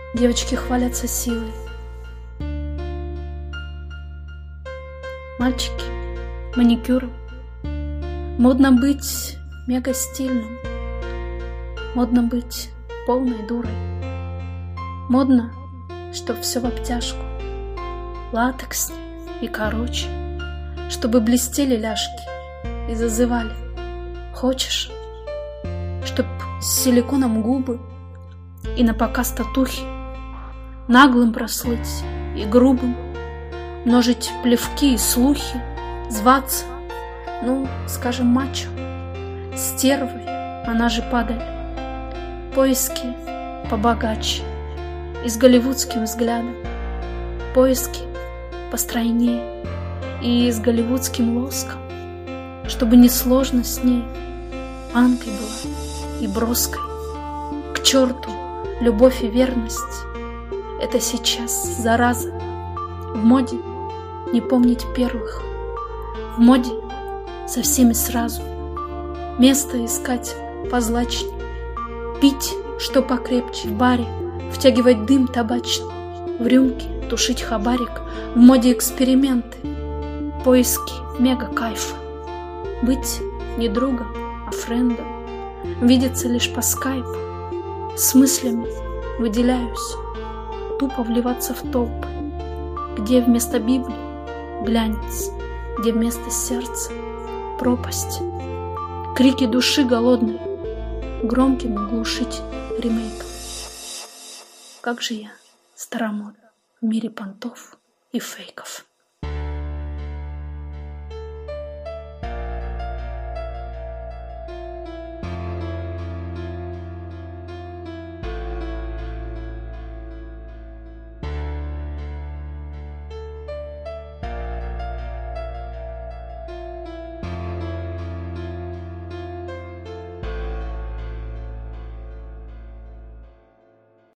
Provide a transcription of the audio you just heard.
Девочки хвалятся силой. Мальчики маникюром. Модно быть мега стильным. Модно быть полной дурой. Модно, чтоб все в обтяжку, латекс и короче, чтобы блестели ляжки и зазывали. Хочешь, чтоб с силиконом губы и напоказ татухи, наглым прослыть и грубым, множить плевки и слухи, зваться, ну, скажем, мачо, стервой, она же падаль, поиски побогаче и с голливудским взглядом, поиски постройнее и с голливудским лоском, чтобы не сложно с ней, панкой была и броской. К черту любовь и верность, это сейчас зараза. В моде не помнить первых, в моде со всеми сразу, место искать позлачней, пить что покрепче в баре, втягивать дым табачный, в рюмке тушить хабарик, в моде эксперименты, поиски мега-кайфа. Быть не другом, а френдом, видеться лишь по скайпу, с мыслями выделяюсь, тупо вливаться в толпы, где вместо Библии глянец, где вместо сердца пропасть, крики души голодной громким глушить ремейком. Как же я старомодна в мире понтов и фейков.